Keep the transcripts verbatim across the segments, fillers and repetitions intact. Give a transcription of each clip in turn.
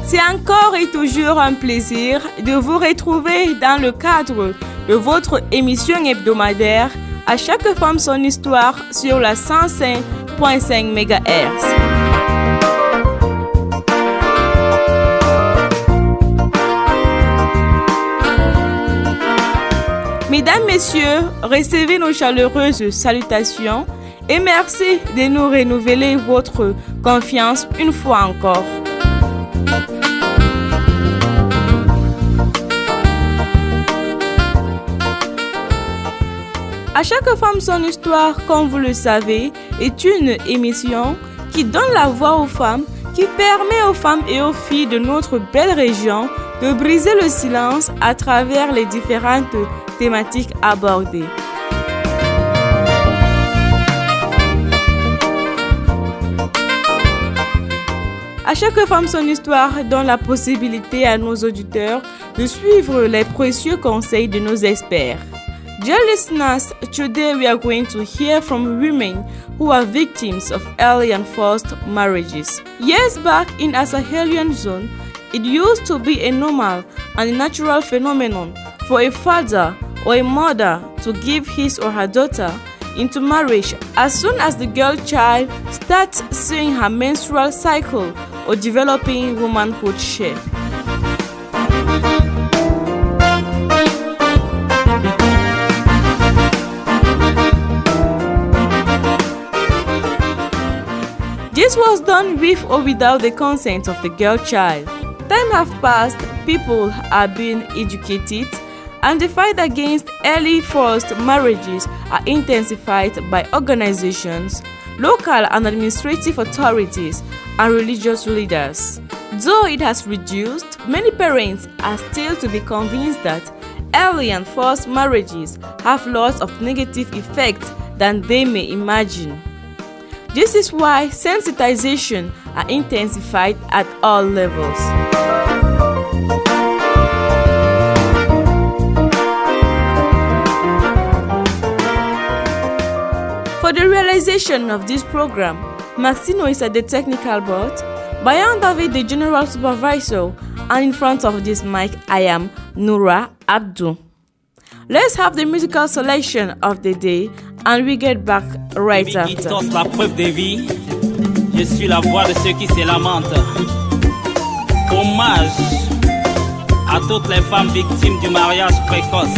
C'est encore et toujours un plaisir de vous retrouver dans le cadre de votre émission hebdomadaire À chaque femme son histoire sur la cent cinq virgule cinq mégahertz. Mesdames, Messieurs, recevez nos chaleureuses salutations et merci de nous renouveler votre confiance une fois encore. À chaque femme son histoire, comme vous le savez, est une émission qui donne la voix aux femmes, qui permet aux femmes et aux filles de notre belle région de briser le silence à travers les différentes thématiques abordées. À chaque femme son histoire donne la possibilité à nos auditeurs de suivre les précieux conseils de nos experts. Dear listeners, today we are going to hear from women who are victims of early and forced marriages. Years back in a Sahelian zone, it used to be a normal and a natural phenomenon for a father or a mother to give his or her daughter into marriage as soon as the girl child starts seeing her menstrual cycle or developing womanhood shape. This was done with or without the consent of the girl child. Time have passed, people are being educated, and the fight against early forced marriages are intensified by organizations, local and administrative authorities, and religious leaders. Though it has reduced, many parents are still to be convinced that early and forced marriages have lots of negative effects than they may imagine. This is why sensitization are intensified at all levels. For the realization of this program, Maxino is at the technical board, Bayan David the general supervisor, and in front of this mic I am Noura Abdou. Let's have the musical selection of the day and we get back right after. La preuve de vie, je suis la voix de ceux qui se lamentent. Hommage à toutes les femmes victimes du mariage précoce.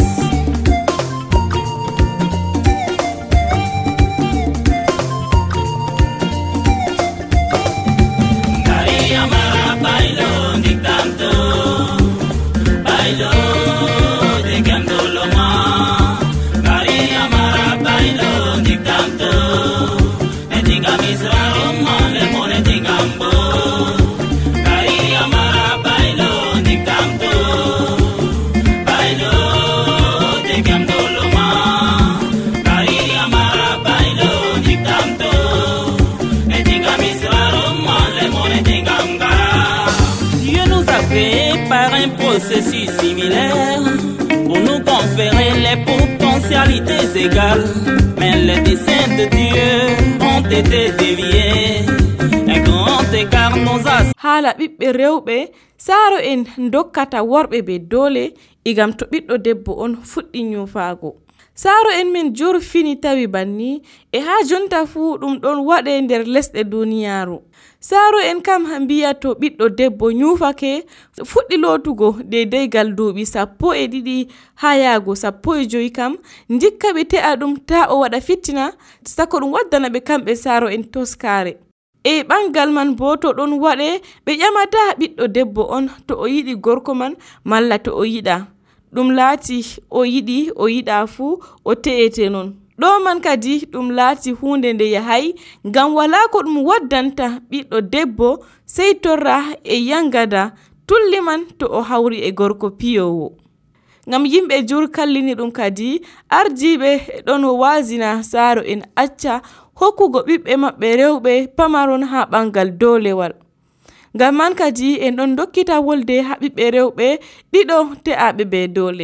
Par un processus similaire pour nous conférer les potentialités égales, mais les desseins de Dieu ont été déviés. Un grand écart nous a. Hala ɓiɓɓe rewɓe saaro en dokkata worɓe ɓe doole igam to ɓiɗɗo debbo on fuɗɗi ñuufaago. Saaro en min jur fini tawi banni e haa jonta fuu ɗum ɗon waɗe nder lesɗe duniyaaru. Saaro en kam mbiya to ɓiɗɗo debbo ñuufake fuɗɗi lootugo deydeygal duuɓi sappo e ɗiɗi haa yaago sappo e joyi kam ndikka ɓe te'a ɗum ta o waɗa fittina sako ɗum waddana ɓe kamɓe saaro en toskaare. E ɓangal man bo to ɗon waɗe ɓe ƴamata ɓiɗɗo debbo on to o yiɗi gorko man malla to o yiɗa. Ɗum laati o yiɗi o yiɗa fuu o te'ete non. Ɗo man kadi ɗum laati hunde nde yahay ngam wala ko ɗum waddanta ɓiɗɗo debbo sey torra e yangada tulli man to o hawri e gorko piyowo. Ngam yimɓe jur kallini ɗum kadi ardiɓe ɗon wasina saaro en acca hokkugo ɓiɓɓe maɓɓe rewɓe pamaron ha ɓangal dolewal. Ngam man kadi en ɗon dokkita wolde ha ɓiɓɓe rewɓe ɗiɗo te'aɓe be dole.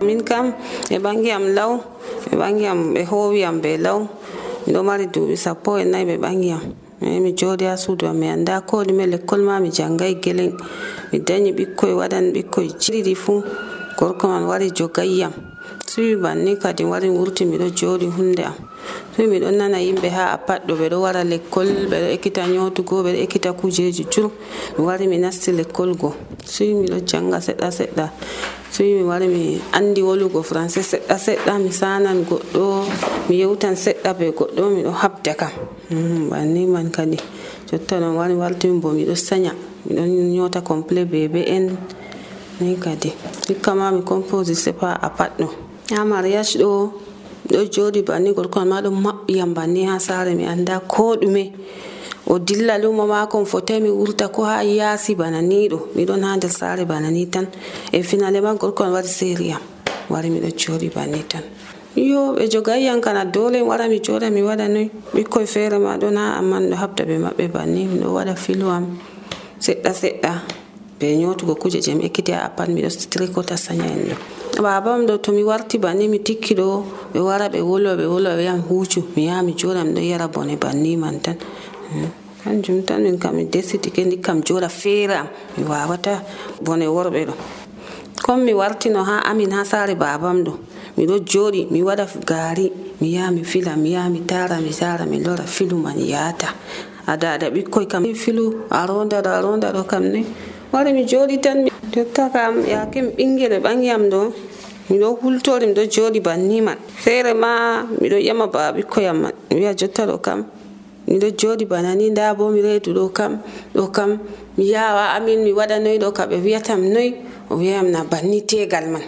min kam e bangi am law e bangi am e howi am be law miɗo mari duuɓi sappo e nayi ɓe bangi am mi jooɗi ha suudu am mi anda ko ɗume l'école ma mi jangai gelen mi dañi ɓikkoye waɗan ɓikkoye jiɗiɗi fuu gorko man wari jogayyam suwi banni kadi wari wurti miɗo jooɗi hunde am suwi miɗo nana yimɓe ha apaɗɗo ɓeɗo wara l'école ɓeɗo ekkita nyotugo ɓeɗo ekkita kujeji jur mi wari mi nasti l'école go suwi miɗo janga seɗɗa seɗɗa suwi mi wari mi andi wolugo français seɗɗa seɗɗa mi sanan goɗɗo mi yewtan seɗɗa be goɗɗo miɗo habda kam banni man kadi jotta non wari wartimi bo miɗo saña miɗo nyota complet bebe en ni kadi hikka ma mi compose c'est pas apaɗɗo ha mariage ɗo ɗo jooɗi banni gorko ma ɗo maɓɓiyam banni ha saare mi anda ko ɗume o dilla lumo mako fotai mi wurta ko ha yaasi bana ni ɗo miɗon ha nder saare bana ni tan e finale ma gorko wari seriyam wari miɗo jooɗi banni tan yo ɓe jogayyan kana dole wara mi jooɗa mi waɗa noy ɓikkoye feere ma ɗon ha amman ɗo habda ɓe maɓɓe banni miɗo waɗa filu am seɗɗa seɗɗa be nyotugo kuje je mi ekkiti ha apat miɗo tricota saña en ɗo babam ɗo to mi warti banni mi tikki ɗo ɓe wara ɓe wolo ɓe wolo ɓe yam huucu mi yaha mi jooɗa miɗo yara bone banni man tan kanjum tan min kam mi desitike ndi kam jooɗa feere am mi wawata bone worɓe ɗo comme mi wartino ha amin ha saare babam ɗo miɗo jooɗi mi waɗa gaari mi yaha mi fila mi yaha mi tara mi tara mi lora filu man yahata ada ada ɓikkoy kam filu a ronda ɗo a ronda ɗo kam ne wari mi jooɗi tan jotta kam yake mi ɓingel ɓe ɓangi am ɗo miɗo hultori miɗo jooɗi banni man feere ma miɗo ƴama ba ɓikkoyam man mi wiya jotta ɗo kam miɗo jooɗi bana ni nda bo mi reedu ɗo kam ɗo kam mi yawa amin mi waɗa noy ɗo ka ɓe wiyatam noy o wiyam na banni tegal man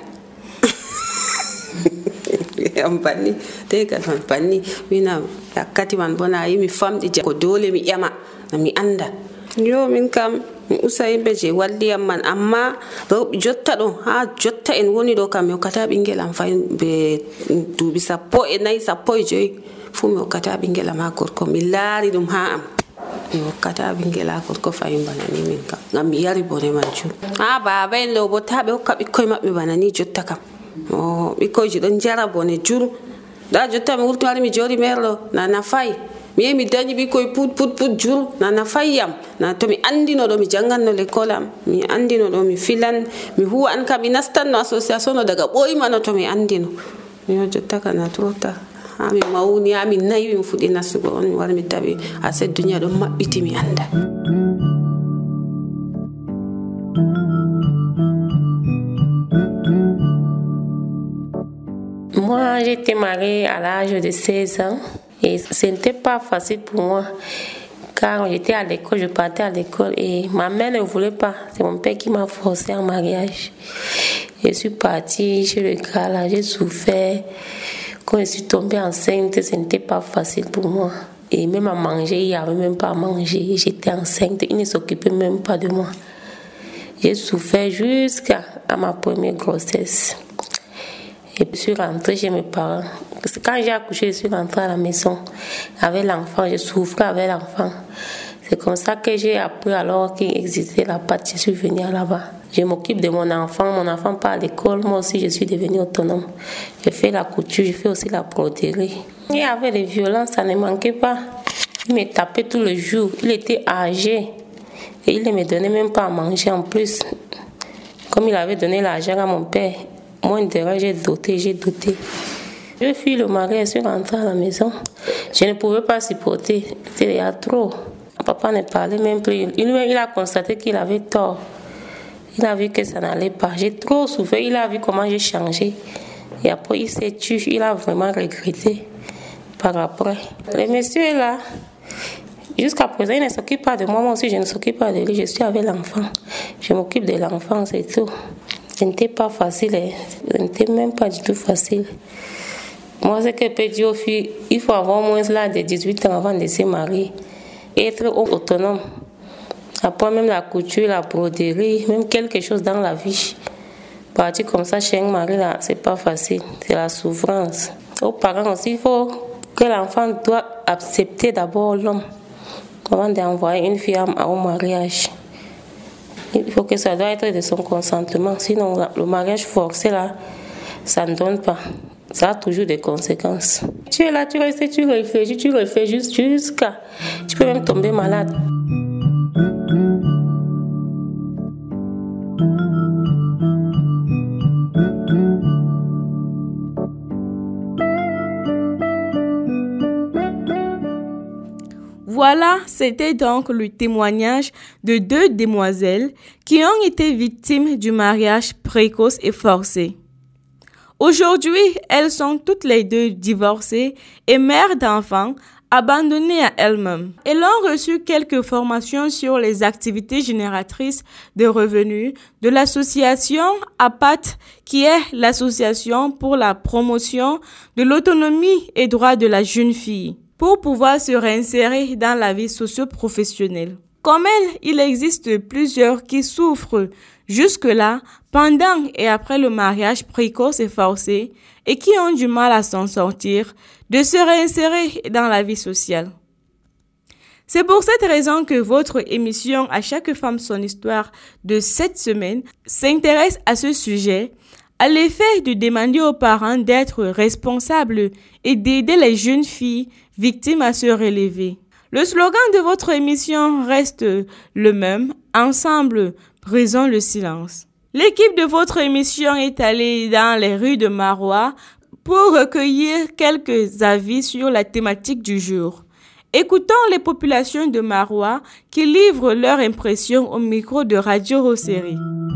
wiyam banni tegal man banni wina wakkati man bo na yi mi famɗi ko dole mi ƴama na mi anda yo min kam mi usa yimɓe je walliyam man amma rewɓe jotta ɗo ha jotta en woni ɗo kam mi hokkata ɓingel am fayin be duuɓi sappo e nayi sappo e joyi fu mi hokkata ɓingel am ha gorko mi laari ɗum ha am mi hokkata ɓingel ha gorko fayin bana ni min kam ngam mi yari bone man jur ha baba en ɗo bo ta ɓe hokka ɓikkoye maɓɓe bana ni jotta kam o ɓikkoyji ɗon jara bone jur da jotta mi wurti wari mi jooɗi merɗo na nafay mi yehi mi dañi ɓikkoye put put put jur na nafayyam na to mi andino ɗo mi janganno l'école am mi andino ɗo mi filan mi huwa an kam mi nastanno association no daga ɓoymano to mi andino yo jotta kana trota ha mi mawni ha mi nayi mi fuɗi nastugo on mi wari mi tawi a se duniya ɗon maɓɓiti mi anda. Moi, j'étais mariée à l'âge de seize ans et ce n'était pas facile pour moi car j'étais à l'école, je partais à l'école et ma mère ne voulait pas. C'est mon père qui m'a forcé en mariage. Je suis partie chez le gars là, j'ai souffert. Quand je suis tombée enceinte, ce n'était pas facile pour moi. Et même à manger, il n'y avait même pas à manger. J'étais enceinte, il ne s'occupait même pas de moi. J'ai souffert jusqu'à ma première grossesse. Et puis je suis rentrée chez mes parents. Parce que quand j'ai accouché, je suis rentrée à la maison avec l'enfant. Je souffrais avec l'enfant. C'est comme ça que j'ai appris alors qu'il existait la pâte. Je suis venue là-bas. Je m'occupe de mon enfant. Mon enfant part à l'école. Moi aussi, je suis devenue autonome. Je fais la couture. Je fais aussi la broderie. Il y avait des violences, ça ne manquait pas. Il me tapait tous les jours. Il était âgé. Et il ne me donnait même pas à manger en plus. Comme il avait donné l'argent à mon père, moi, j'ai doté, j'ai doté. Je fus le mari, je suis rentrée à la maison. Je ne pouvais pas supporter. C'était déjà trop. Papa ne parlait même plus. Il, il a constaté qu'il avait tort. Il a vu que ça n'allait pas. J'ai trop souffert. Il a vu comment j'ai changé. Et après, il s'est tué. Il a vraiment regretté par après. Le monsieur est là. Jusqu'à présent, il ne s'occupe pas de moi. Moi aussi, je ne s'occupe pas de lui. Je suis avec l'enfant. Je m'occupe de l'enfant, c'est tout. Ce n'était pas facile. Ce n'était même pas du tout facile. Moi, ce que je peux dire aux filles, il faut avoir au moins là de dix-huit ans avant de se marier. Et être autonome. Après, même la couture, la broderie, même quelque chose dans la vie. Partir comme ça chez un mari, là, c'est pas facile. C'est la souffrance. Aux parents aussi, il faut que l'enfant doit accepter d'abord l'homme avant d'envoyer une fille au mariage. Il faut que ça doit être de son consentement. Sinon, le mariage forcé, là, ça ne donne pas. Ça a toujours des conséquences. Tu es là, tu restes, tu réfléchis, tu réfléchis jusqu'à... Tu peux même tomber malade. Voilà, c'était donc le témoignage de deux demoiselles qui ont été victimes du mariage précoce et forcé. Aujourd'hui, elles sont toutes les deux divorcées et mères d'enfants, abandonnées à elles-mêmes. Elles ont reçu quelques formations sur les activités génératrices de revenus de l'association A P A T, qui est l'association pour la promotion de l'autonomie et droits de la jeune fille, pour pouvoir se réinsérer dans la vie socio-professionnelle. Comme elle, il existe plusieurs qui souffrent jusque-là, pendant et après le mariage précoce et forcé, et qui ont du mal à s'en sortir, de se réinsérer dans la vie sociale. C'est pour cette raison que votre émission À chaque femme son histoire de cette semaine s'intéresse à ce sujet, à l'effet de demander aux parents d'être responsables et d'aider les jeunes filles victimes à se relever. Le slogan de votre émission reste le même, ensemble, brisons le silence. L'équipe de votre émission est allée dans les rues de Maroua pour recueillir quelques avis sur la thématique du jour. Écoutons les populations de Maroua qui livrent leurs impressions au micro de Radio Rossérie.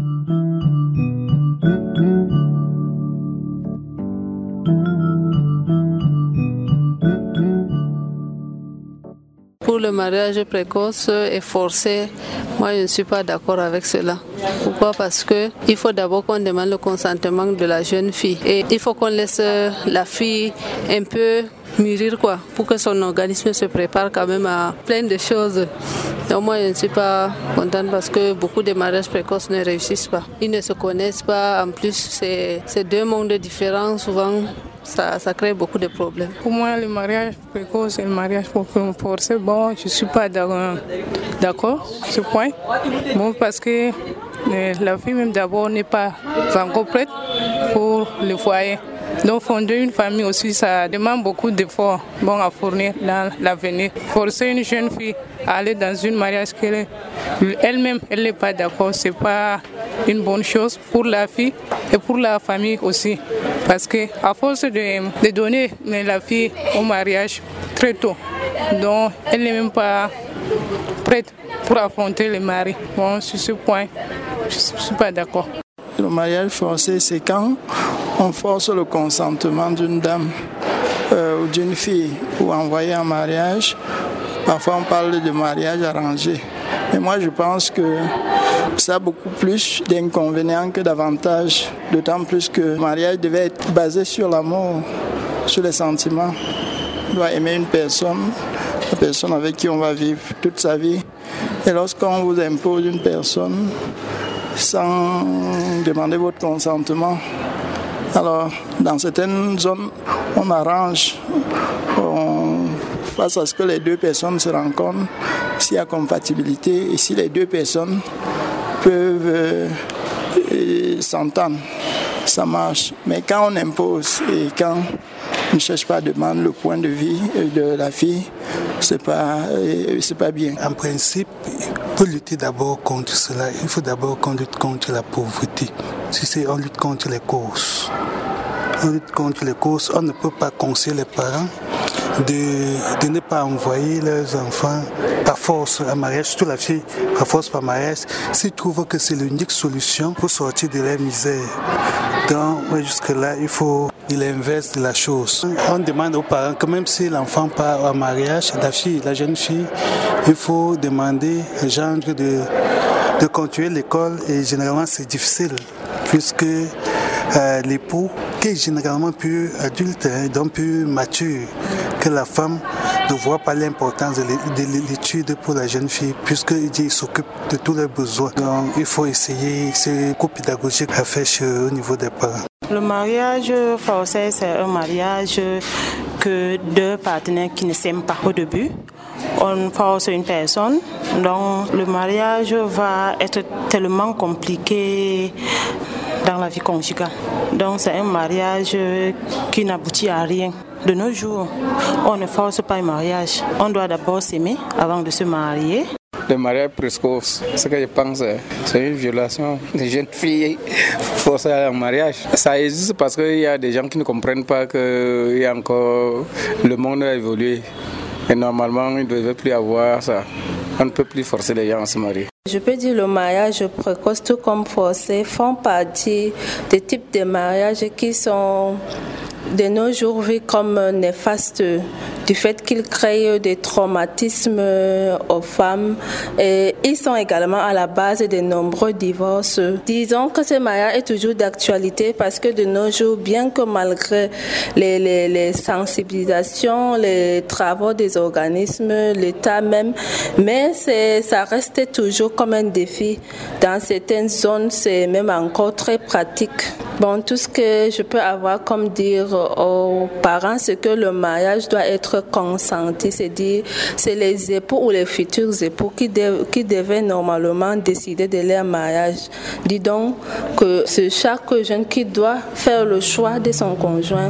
Pour le mariage précoce et forcé, moi je ne suis pas d'accord avec cela. Pourquoi? Parce que il faut d'abord qu'on demande le consentement de la jeune fille et il faut qu'on laisse la fille un peu mûrir quoi, pour que son organisme se prépare quand même à plein de choses. Donc moi je ne suis pas contente parce que beaucoup de mariages précoces ne réussissent pas. Ils ne se connaissent pas, en plus c'est, c'est deux mondes différents souvent. Ça, ça crée beaucoup de problèmes. Pour moi, le mariage précoce et le mariage forcé, bon, je ne suis pas d'accord sur ce point. Bon, parce que la fille même d'abord n'est pas encore prête pour le foyer. Donc fonder une famille aussi, ça demande beaucoup d'efforts bon, à fournir dans l'avenir. Forcer une jeune fille à aller dans un mariage qu'elle elle-même, elle n'est pas d'accord, ce n'est pas une bonne chose pour la fille et pour la famille aussi. Parce qu'à force de, de donner la fille au mariage très tôt, donc elle n'est même pas prête pour affronter le mari. Bon, sur ce point, je ne suis pas d'accord. Le mariage forcé, c'est quand on force le consentement d'une dame euh, ou d'une fille pour envoyer en mariage. Parfois, on parle de mariage arrangé. Mais moi, je pense que ça a beaucoup plus d'inconvénients que d'avantages. D'autant plus que le mariage devait être basé sur l'amour, sur les sentiments. On doit aimer une personne, la personne avec qui on va vivre toute sa vie. Et lorsqu'on vous impose une personne sans demander votre consentement, alors dans certaines zones, on arrange, on, face à ce que les deux personnes se rencontrent, s'il y a compatibilité et si les deux personnes peuvent euh, s'entendre, ça marche. Mais quand on impose et quand on ne cherche pas à demander le point de vue de la fille, c'est pas, c'est pas bien. En principe, pour lutter d'abord contre cela, il faut d'abord qu'on lutte contre la pauvreté. Si c'est on lutte contre les causes, on lutte contre les causes, on ne peut pas conseiller les parents de, de ne pas envoyer leurs enfants par force à mariage, surtout la fille par force par mariage, s'ils trouvent que c'est l'unique solution pour sortir de leur misère. Donc, ouais, jusque-là, il faut l'inverse de la chose. On demande aux parents que même si l'enfant part au mariage, la fille, la jeune fille, il faut demander au gendre de, de continuer l'école et généralement c'est difficile puisque euh, l'époux, qui est généralement plus adulte, hein, donc plus mature que la femme, ne voit pas l'importance de l'étude pour la jeune fille puisqu'il s'occupe de tous leurs besoins. Donc il faut essayer ce cours pédagogique à faire au niveau des parents. Le mariage forcé, c'est un mariage que deux partenaires qui ne s'aiment pas au début. On force une personne, donc le mariage va être tellement compliqué. dans la vie conjugale. Donc c'est un mariage qui n'aboutit à rien. De nos jours, on ne force pas un mariage. On doit d'abord s'aimer avant de se marier. Le mariage précoce, ce que je pense, c'est une violation des jeunes filles forcées à un mariage. Ça existe parce qu'il y a des gens qui ne comprennent pas qu'il y a encore... Le monde a évolué. Et normalement, il ne devait plus avoir ça. On ne peut plus forcer les gens à se marier. Je peux dire que le mariage précoce, tout comme forcé, font partie des types de mariages qui sont de nos jours vus comme néfastes du fait qu'ils créent des traumatismes aux femmes et ils sont également à la base de nombreux divorces. Disons que ce mariage est toujours d'actualité parce que de nos jours, bien que malgré les, les, les sensibilisations, les travaux des organismes, l'État même, mais c'est, ça reste toujours comme un défi. Dans certaines zones, c'est même encore très pratique. Bon, tout ce que je peux avoir comme dire aux parents, c'est que le mariage doit être consenti, c'est-à-dire c'est les époux ou les futurs époux qui, de, qui devaient normalement décider de leur mariage. Dis donc que c'est chaque jeune qui doit faire le choix de son conjoint.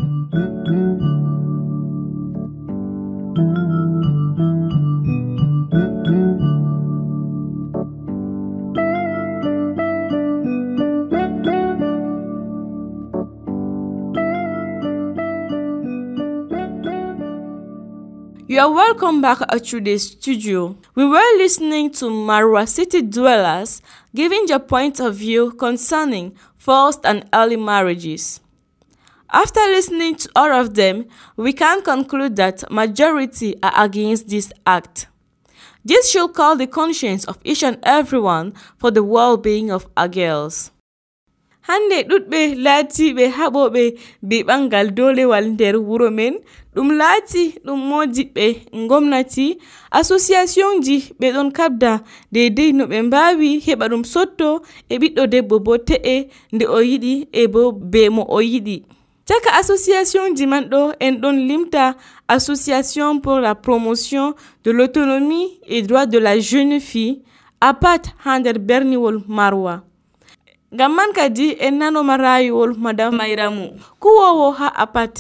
You are welcome back to the studio. We were listening to Marwa city dwellers giving their point of view concerning forced and early marriages. After listening to all of them, we can conclude that majority are against this act. This should call the conscience of each and everyone for the well-being of our girls. Hande ɗuɗɓe laatiɓe haɓoɓe be ɓangal dolewal nder wuro men ɗum laati ɗum modiɓɓe gomnati association ji ɓe ɗon kabda deydey no ɓe mbawi heɓa ɗum sotto e ɓiɗɗo debbo bo te'e nde o yiɗi e bo be mo o yiɗi. Caka association ji man ɗo en ɗon limta association pour la promotion de l'autonomie et droit de la jeune fille APAT ha nder berniwol Marwa. Ngam man kadi en nanoma rayuwol Madame Mayramu kuwowo ha APAT.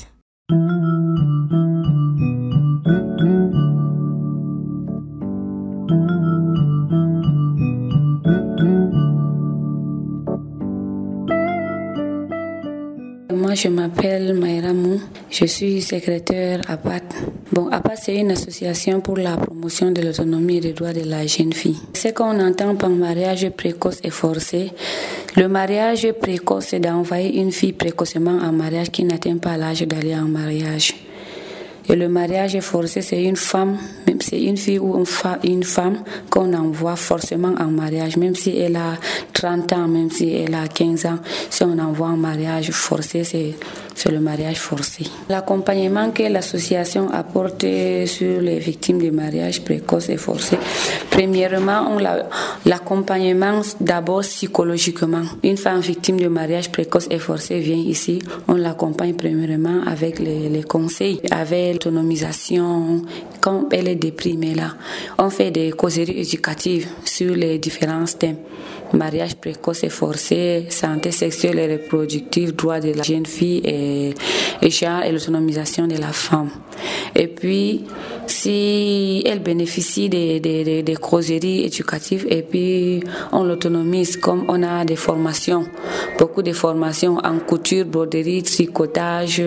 Moi, je m'appelle Mayramou, je suis secrétaire APAT. Bon, APAT, c'est une association pour la promotion de l'autonomie et des droits de la jeune fille. Ce qu'on entend par mariage précoce et forcé, le mariage précoce, c'est d'envoyer une fille précocement en mariage qui n'atteint pas l'âge d'aller en mariage. Et le mariage forcé, c'est une femme, même c'est une fille ou une femme qu'on envoie forcément en mariage, même si elle a trente ans, même si elle a quinze ans, si on envoie en mariage forcé, c'est, c'est le mariage forcé. L'accompagnement que l'association apporte sur les victimes de mariage précoce et forcé, premièrement, on l'a, l'accompagnement d'abord psychologiquement. Une femme victime de mariage précoce et forcé vient ici, on l'accompagne premièrement avec les, les conseils, avec l'autonomisation, quand elle est déprimée là. On fait des causeries éducatives sur les différents thèmes. Mariage précoce et forcé, santé sexuelle et reproductive, droits de la jeune fille et, et genre et l'autonomisation de la femme. Et puis, si elle bénéficie des, des, des, des causeries éducatives et puis on l'autonomise comme on a des formations, beaucoup de formations en couture, broderie, tricotage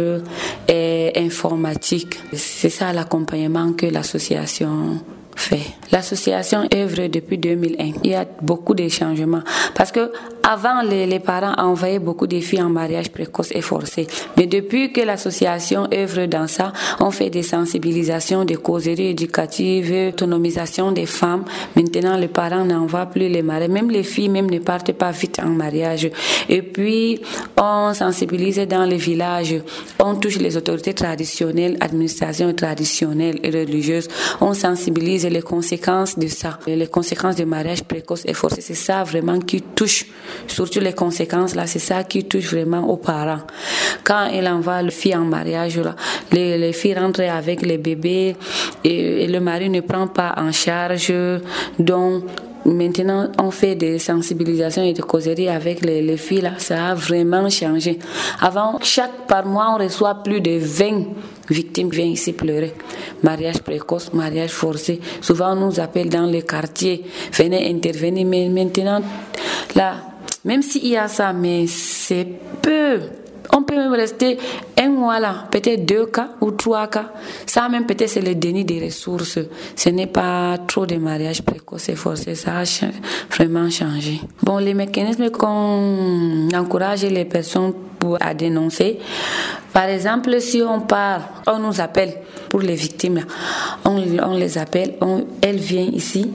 et informatique. C'est ça l'accompagnement que l'association fait. L'association œuvre depuis deux mille un. Il y a beaucoup de changements parce que avant les, les parents envoyaient beaucoup de filles en mariage précoce et forcé. Mais depuis que l'association œuvre dans ça, on fait des sensibilisations, des causeries éducatives, autonomisation des femmes. Maintenant, les parents n'envoient plus les mariages. Même les filles même ne partent pas vite en mariage. Et puis, on sensibilise dans les villages. On touche les autorités traditionnelles, administrations traditionnelles et religieuses. On sensibilise les conséquences de ça, les conséquences du mariage précoce et forcé. C'est ça vraiment qui touche, surtout les conséquences là, c'est ça qui touche vraiment aux parents. Quand il envoie les filles en mariage là, les, les filles rentrent avec les bébés et, et le mari ne prend pas en charge, donc maintenant on fait des sensibilisations et des causeries avec les, les filles là, ça a vraiment changé. Avant, chaque par mois, on reçoit plus de vingt victimes qui viennent ici pleurer. Mariage précoce, mariage forcé. Souvent, on nous appelle dans les quartiers, venez intervenir. Mais maintenant, là, même s'il y a ça, mais c'est peu. On peut même rester un mois là, peut-être deux cas ou trois cas. Ça même peut-être c'est le déni des ressources. Ce n'est pas trop de mariage précoce et forcé. Ça a ch- vraiment changé. Bon, les mécanismes qu'on encourage les personnes pour, à dénoncer. Par exemple, si on parle, on nous appelle pour les victimes. On, on les appelle, on, elles viennent ici.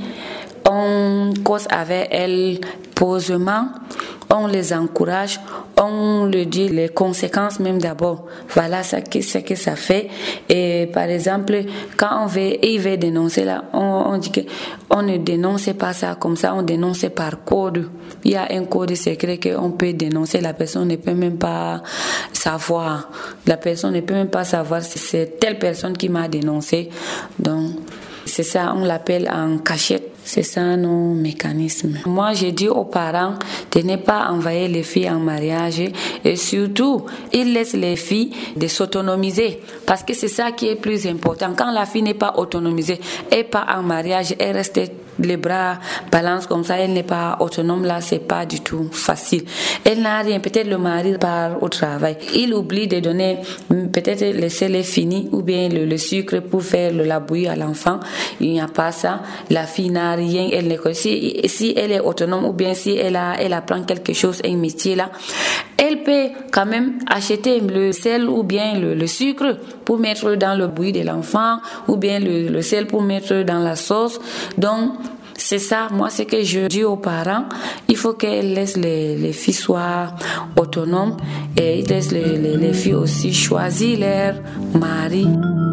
On cause avec elles posément, on les encourage, on leur dit les conséquences même d'abord. Voilà ce que, ce que ça fait. Et par exemple, quand on veut, il veut dénoncer là, on, on dit que on ne dénonce pas ça comme ça, on dénonce par code. Il y a un code secret qu'on peut dénoncer, la personne ne peut même pas savoir. La personne ne peut même pas savoir si c'est telle personne qui m'a dénoncé. Donc, c'est ça, on l'appelle en cachette. C'est ça nos mécanismes. Moi, j'ai dit aux parents de ne pas envoyer les filles en mariage et surtout, ils laissent les filles de s'autonomiser parce que c'est ça qui est plus important. Quand la fille n'est pas autonomisée et pas en mariage, elle reste les bras balancent comme ça, elle n'est pas autonome, là, c'est pas du tout facile. Elle n'a rien, peut-être le mari part au travail. Il oublie de donner, peut-être laisser les finis ou bien le, le sucre pour faire le, la bouillie à l'enfant. Il n'y a pas ça. La fille n'a rien, elle ne connaît. Si, si elle est autonome ou bien si elle, a, elle apprend quelque chose, un métier là, elle peut quand même acheter le sel ou bien le, le sucre pour mettre dans le bouilli de l'enfant ou bien le, le sel pour mettre dans la sauce. Donc, c'est ça, moi, ce que je dis aux parents, il faut qu'elles laissent les, les filles soient autonomes et ils laissent les, les, les filles aussi choisir leur mari.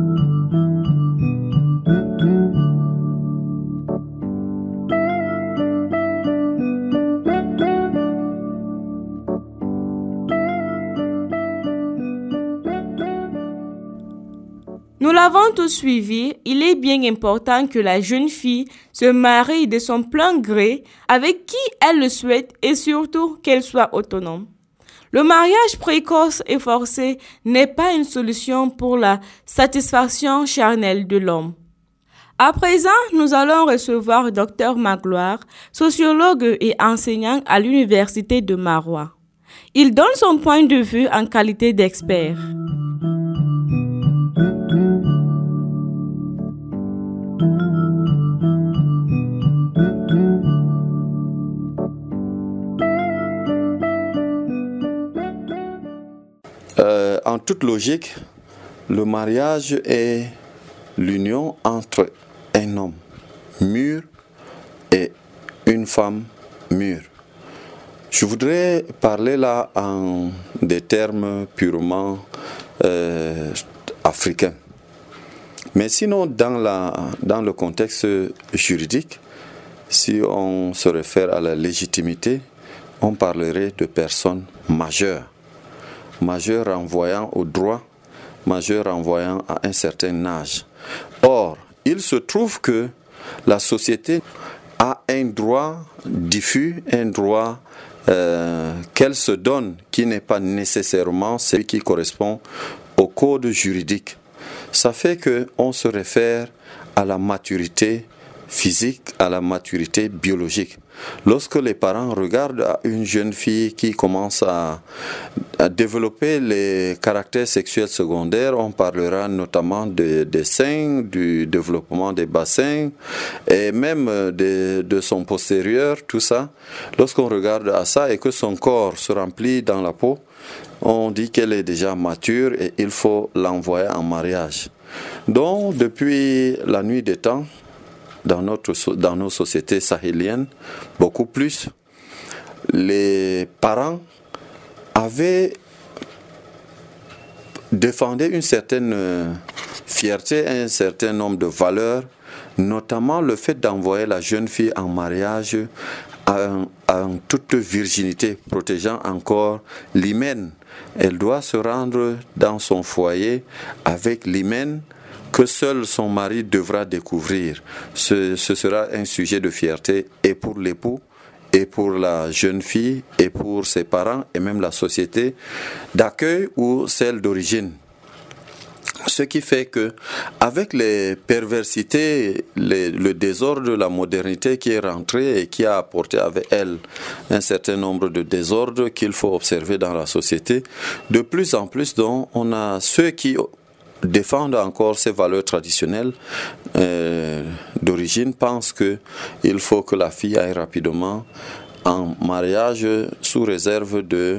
Nous l'avons tous suivi, il est bien important que la jeune fille se marie de son plein gré avec qui elle le souhaite et surtout qu'elle soit autonome. Le mariage précoce et forcé n'est pas une solution pour la satisfaction charnelle de l'homme. À présent, nous allons recevoir Docteur Magloire, sociologue et enseignant à l'Université de Maroua. Il donne son point de vue en qualité d'expert. Euh, en toute logique, le mariage est l'union entre un homme mûr et une femme mûre. Je voudrais parler là en des termes purement euh, africains. Mais sinon, dans, la, dans le contexte juridique, si on se réfère à la légitimité, on parlerait de personnes majeures. Majeur renvoyant au droit, majeur renvoyant à un certain âge. Or, il se trouve que la société a un droit diffus, un droit euh, qu'elle se donne, qui n'est pas nécessairement celui qui correspond au code juridique. Ça fait qu'on se réfère à la maturité physique, à la maturité biologique. Lorsque les parents regardent à une jeune fille qui commence à, à développer les caractères sexuels secondaires, on parlera notamment de, des seins, du développement des bassins et même de, de son postérieur, tout ça. Lorsqu'on regarde à ça et que son corps se remplit dans la peau, on dit qu'elle est déjà mature et il faut l'envoyer en mariage. Donc, depuis la nuit des temps, Dans, notre, dans nos sociétés sahéliennes, beaucoup plus, les parents avaient défendu une certaine fierté, un certain nombre de valeurs, notamment le fait d'envoyer la jeune fille en mariage en, en toute virginité, protégeant encore l'hymen. Elle doit se rendre dans son foyer avec l'hymen que seul son mari devra découvrir. Ce, ce sera un sujet de fierté et pour l'époux, et pour la jeune fille, et pour ses parents, et même la société d'accueil ou celle d'origine. Ce qui fait que, avec les perversités, les, le désordre de la modernité qui est rentré et qui a apporté avec elle un certain nombre de désordres qu'il faut observer dans la société, de plus en plus, donc, on a ceux qui défendent encore ces valeurs traditionnelles euh, d'origine, pensent qu'il faut que la fille aille rapidement en mariage sous réserve de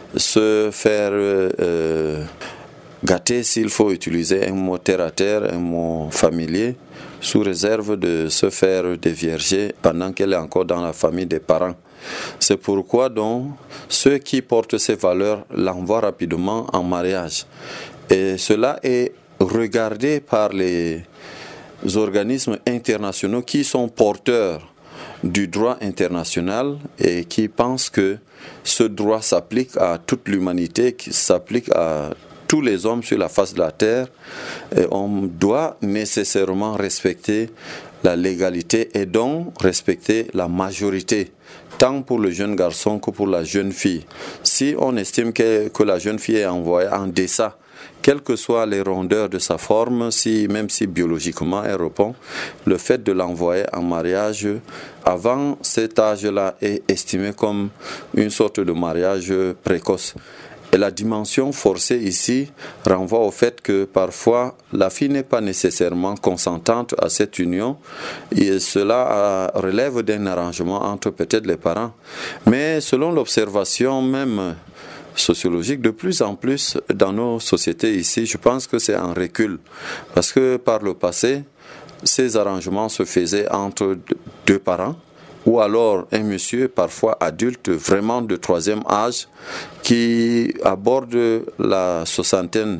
se faire euh, gâter, s'il faut utiliser un mot terre à terre, un mot familier, sous réserve de se faire dévierger pendant qu'elle est encore dans la famille des parents. C'est pourquoi donc ceux qui portent ces valeurs l'envoient rapidement en mariage. Et cela est regardé par les organismes internationaux qui sont porteurs du droit international et qui pensent que ce droit s'applique à toute l'humanité, qui s'applique à tous les hommes sur la face de la terre. Et on doit nécessairement respecter la légalité et donc respecter la majorité, tant pour le jeune garçon que pour la jeune fille. Si on estime que, que la jeune fille est envoyée en deçà, quelles que soient les rondeurs de sa forme, si, même si biologiquement elle répond, le fait de l'envoyer en mariage avant cet âge-là est estimé comme une sorte de mariage précoce. Et la dimension forcée ici renvoie au fait que parfois la fille n'est pas nécessairement consentante à cette union et cela relève d'un arrangement entre peut-être les parents. Mais selon l'observation même sociologique, de plus en plus dans nos sociétés ici, je pense que c'est un recul. Parce que par le passé, ces arrangements se faisaient entre deux parents, ou alors un monsieur, parfois adulte, vraiment de troisième âge, qui aborde la soixantaine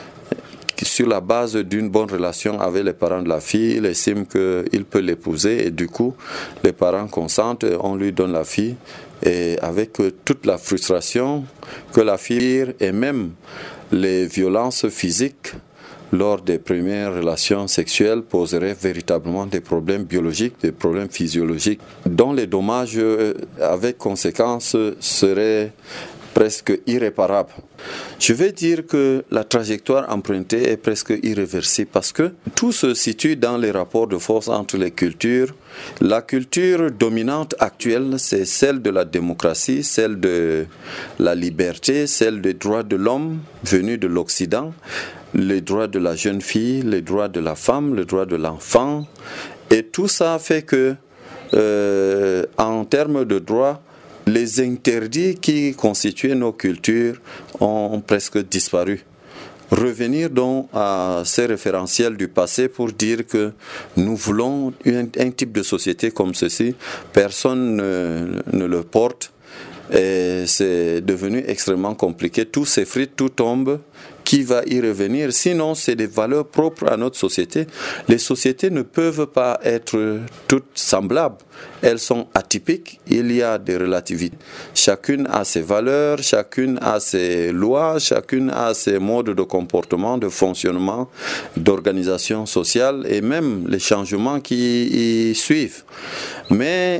sur la base d'une bonne relation avec les parents de la fille. Il estime qu'il peut l'épouser et du coup, les parents consentent, on lui donne la fille. Et avec toute la frustration que la fille et même les violences physiques lors des premières relations sexuelles poseraient véritablement des problèmes biologiques, des problèmes physiologiques, dont les dommages avec conséquences seraient presque irréparable. Je vais dire que la trajectoire empruntée est presque irréversible parce que tout se situe dans les rapports de force entre les cultures. La culture dominante actuelle, c'est celle de la démocratie, celle de la liberté, celle des droits de l'homme venus de l'Occident, les droits de la jeune fille, les droits de la femme, les droits de l'enfant. Et tout ça fait que, euh, en termes de droits, les interdits qui constituaient nos cultures ont presque disparu. Revenir donc à ces référentiels du passé pour dire que nous voulons un, un type de société comme ceci, personne ne, ne le porte et c'est devenu extrêmement compliqué. Tout s'effrite, tout tombe. Qui va y revenir? Sinon, c'est des valeurs propres à notre société. Les sociétés ne peuvent pas être toutes semblables. Elles sont atypiques. Il y a des relativités. Chacune a ses valeurs, chacune a ses lois, chacune a ses modes de comportement, de fonctionnement, d'organisation sociale et même les changements qui y suivent. Mais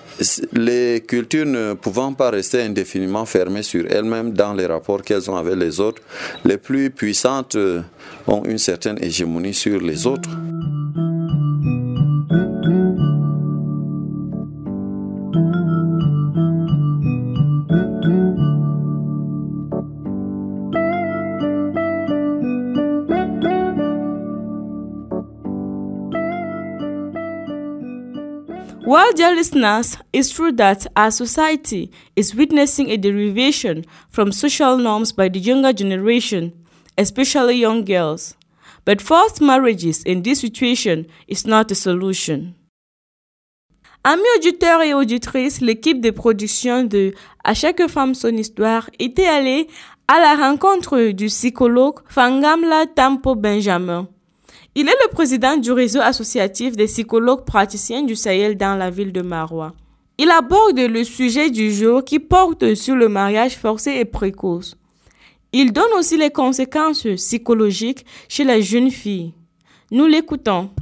les cultures ne pouvant pas rester indéfiniment fermées sur elles-mêmes dans les rapports qu'elles ont avec les autres, les plus puissantes ont une certaine hégémonie sur les autres. Well, dear listeners, it's true that our society is witnessing a derivation from social norms by the younger generation, especially young girls. But forced marriages in this situation is not a solution. Amis auditeurs et auditrices, l'équipe de production de À chaque femme son histoire était allée à la rencontre du psychologue Fangamla Tampo Benjamin. Il est le président du réseau associatif des psychologues praticiens du Sahel dans la ville de Maroua. Il aborde le sujet du jour qui porte sur le mariage forcé et précoce. Il donne aussi les conséquences psychologiques chez la jeune fille. Nous l'écoutons.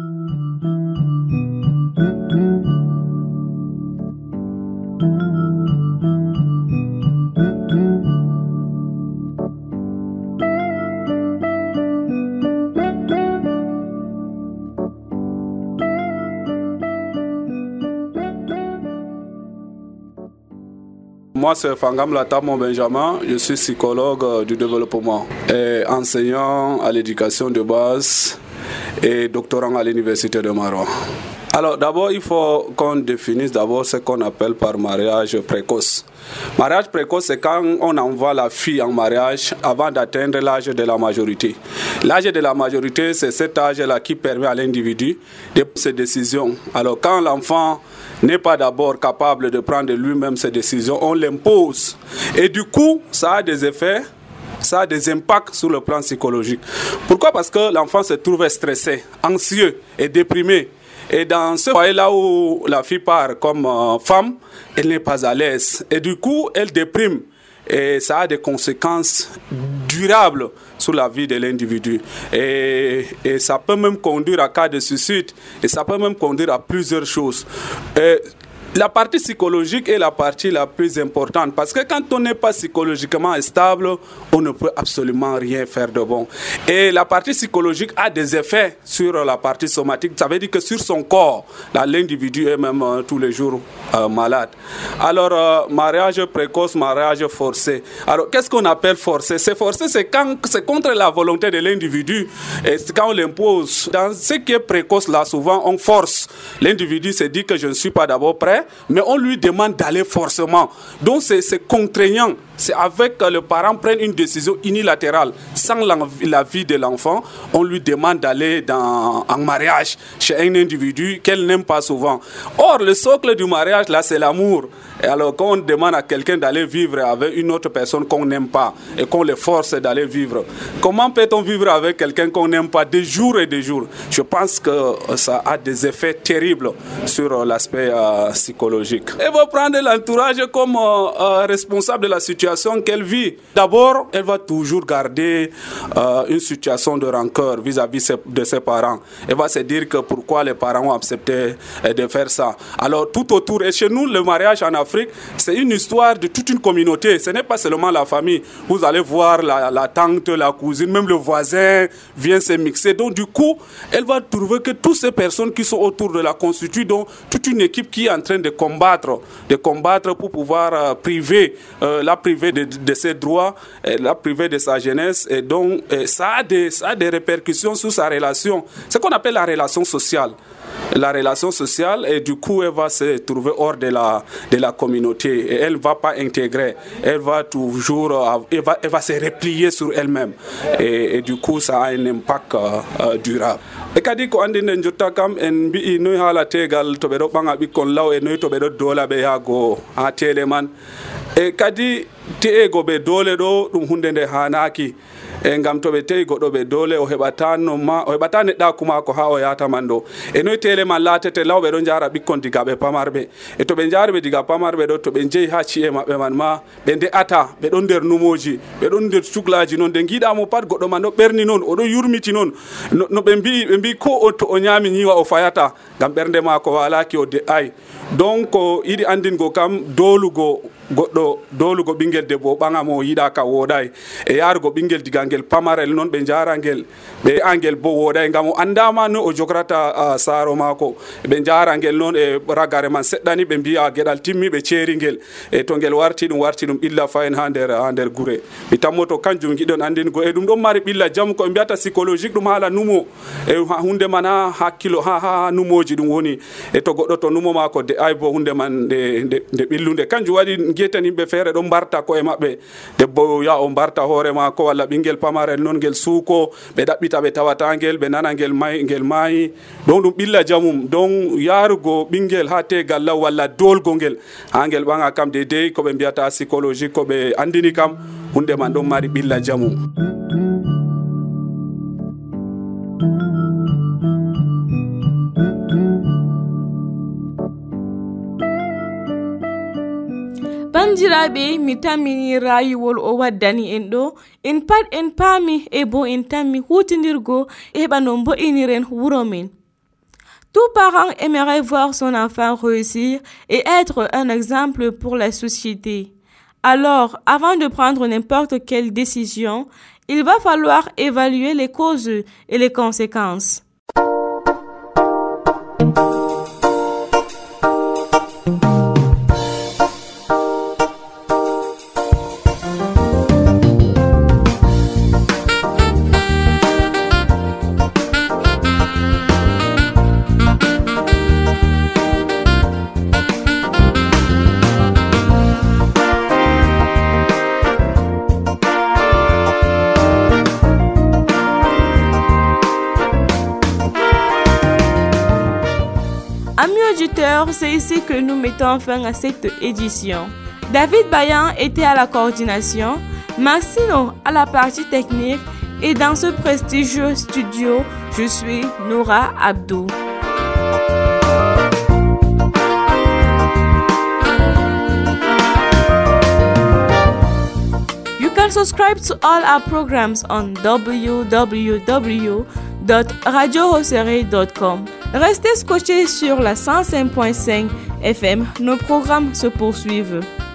Moi, c'est Fangam Latamon Benjamin, je suis psychologue du développement et enseignant à l'éducation de base et doctorant à l'université de Maroc. Alors d'abord, il faut qu'on définisse d'abord ce qu'on appelle par mariage précoce. Mariage précoce, c'est quand on envoie la fille en mariage avant d'atteindre l'âge de la majorité. L'âge de la majorité, c'est cet âge-là qui permet à l'individu de prendre ses décisions. Alors quand l'enfant n'est pas d'abord capable de prendre lui-même ses décisions, on l'impose. Et du coup, ça a des effets, ça a des impacts sur le plan psychologique. Pourquoi? Parce que l'enfant se trouve stressé, anxieux et déprimé. Et dans ce foyer-là où la fille part comme euh, femme, elle n'est pas à l'aise. Et du coup, elle déprime. Et ça a des conséquences durables sur la vie de l'individu. Et, et ça peut même conduire à cas de suicide. Et ça peut même conduire à plusieurs choses. Et la partie psychologique est la partie la plus importante parce que quand on n'est pas psychologiquement stable, on ne peut absolument rien faire de bon. Et la partie psychologique a des effets sur la partie somatique. Ça veut dire que sur son corps, là, l'individu est même euh, tous les jours euh, malade. Alors, euh, mariage précoce, mariage forcé. Alors, qu'est-ce qu'on appelle forcé? C'est forcé, c'est quand c'est contre la volonté de l'individu. Et c'est quand on l'impose. Dans ce qui est précoce, là, souvent, on force. L'individu se dit que je ne suis pas d'abord prêt, mais on lui demande d'aller forcément. Donc c'est, c'est contraignant. C'est avec que le parent prenne une décision unilatérale, sans l'avis de l'enfant, on lui demande d'aller dans, en mariage chez un individu qu'elle n'aime pas souvent. Or, le socle du mariage, là, c'est l'amour. Et alors, quand on demande à quelqu'un d'aller vivre avec une autre personne qu'on n'aime pas et qu'on le force d'aller vivre, comment peut-on vivre avec quelqu'un qu'on n'aime pas des jours et des jours? Je pense que ça a des effets terribles sur l'aspect euh, psychologique. Elle va prendre l'entourage comme euh, euh, responsable de la situation qu'elle vit. D'abord, elle va toujours garder euh, une situation de rancœur vis-à-vis de ses parents. Elle va se dire que pourquoi les parents ont accepté de faire ça. Alors, tout autour, et chez nous, le mariage en Afrique, c'est une histoire de toute une communauté. Ce n'est pas seulement la famille. Vous allez voir la, la tante, la cousine, même le voisin vient se mixer. Donc, du coup, elle va trouver que toutes ces personnes qui sont autour de la constituent donc toute une équipe qui est en train de combattre, de combattre pour pouvoir euh, priver euh, la priver De, de ses droits, la priver de sa jeunesse, et donc et ça, a des, ça a des répercussions sur sa relation. C'est ce qu'on appelle la relation sociale. La relation sociale, et du coup, elle va se trouver hors de la, de la communauté, et elle ne va pas intégrer, elle va toujours, elle va, elle va se replier sur elle-même, et, et du coup, ça a un impact euh, durable. E kadi ko andine jotta kam en mbi'i noy haala tegal to ɓe ɗo ɓaŋa ɓikkon law e noy to ɓe ɗo doola ɓe yaago ha tele man. E kadi te'ego ɓe doole ɗo ɗum hunde nde hanaki. E ngam to ɓe tewi goɗɗo ɓe doole o heɓata no ma o heɓata neɗɗaku mako ha o yata man ɗo. E noy tele man laatete lawɓe ɗo jara ɓikkon diga ɓe pamarɓe. E to ɓe jari ɓe diga pamarɓe ɗo to ɓe jeeyi ha ci'e maɓɓe man ma ɓe nde'ata ɓe ɗon nder numoji ɓe ɗon nder cuklaji noon nde giɗamo pat goɗɗo man ɗo ɓerni noon oɗo yurmiti noon no ɓe mbi ɓe mbi ko o to o ñami ñiwa o fayata ngam ɓernde mako walaki o de'ay. Donc yiɗi andingo kam dolugo goɗɗo dolugo ɓinguel debbo o ɓaŋa mo yiɗa ka woɗay e yarugo ɓinguel diga ngel pamarel noon ɓe jara ngel ɓe angel bo woɗay ngam o andama no o jograta uh, saaro mako ɓe jara ngel noon e ragare man seɗɗani ɓe mbiya gueɗal timmi ɓe ceeri ngel e to ngel warti ɗum warti ɗum ɓilla fayen ha nder ha nder gure mi tammo to kanjum giɗon andingo e ɗum ɗon mari ɓilla jamu ko ɓe mbiyata psychologique ɗum haala numo e hunde man ha hakkilo ha ha numoji ɗum woni e to goɗɗo to numo mako de ay bo hunde man nde nde ɓillunde kanjum waɗi gueten yimɓe feere ɗon mbarta koye maɓɓe debbo ya o mbarta hoore mako walla ɓinguel pamarel noon ngel suuko ɓe ɗaɓɓita ɓe tawata ngel ɓe nana ngel may ngel maayi donc ɗum ɓilla jamum donc yarugo ɓinguel ha tegal law walla dolgo ngel ha ngel ɓaŋa kam de dey koɓe mbiyata psychologique koɓe andini kam hunde man ɗon mari ɓilla jamum. Bandiraɓe, mi tammini rayuwol o waddani en ɗo, en pat en paami e bo en tammi hutindirgo heɓa no mbo'iniren wuro men. Tout parent aimerait voir son enfant réussir et être un exemple pour la société. Alors, avant de prendre n'importe quelle décision, il va falloir évaluer les causes et les conséquences. Amis auditeurs, c'est ici que nous mettons fin à cette édition. David Bayan était à la coordination, Maxino à la partie technique et dans ce prestigieux studio, je suis Nora Abdou. You can subscribe to all our programs on w w w dot radio hosere dot com. Restez scotchés sur la cent cinq point cinq F M, nos programmes se poursuivent.